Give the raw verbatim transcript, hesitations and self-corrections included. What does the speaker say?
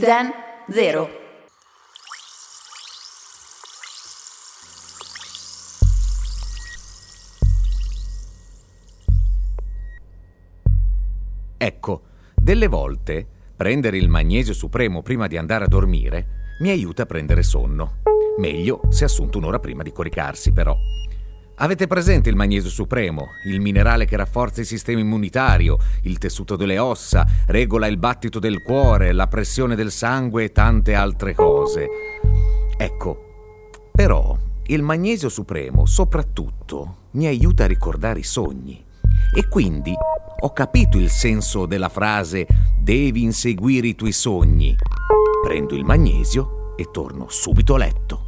Zen Zero. Ecco, delle volte prendere il magnesio supremo prima di andare a dormire mi aiuta a prendere sonno. Meglio se assunto un'ora prima di coricarsi, però. Avete presente il magnesio supremo, il minerale che rafforza il sistema immunitario, il tessuto delle ossa, regola il battito del cuore, la pressione del sangue e tante altre cose? Ecco, però il magnesio supremo soprattutto mi aiuta a ricordare i sogni. E quindi ho capito il senso della frase «devi inseguire i tuoi sogni». Prendo il magnesio e torno subito a letto.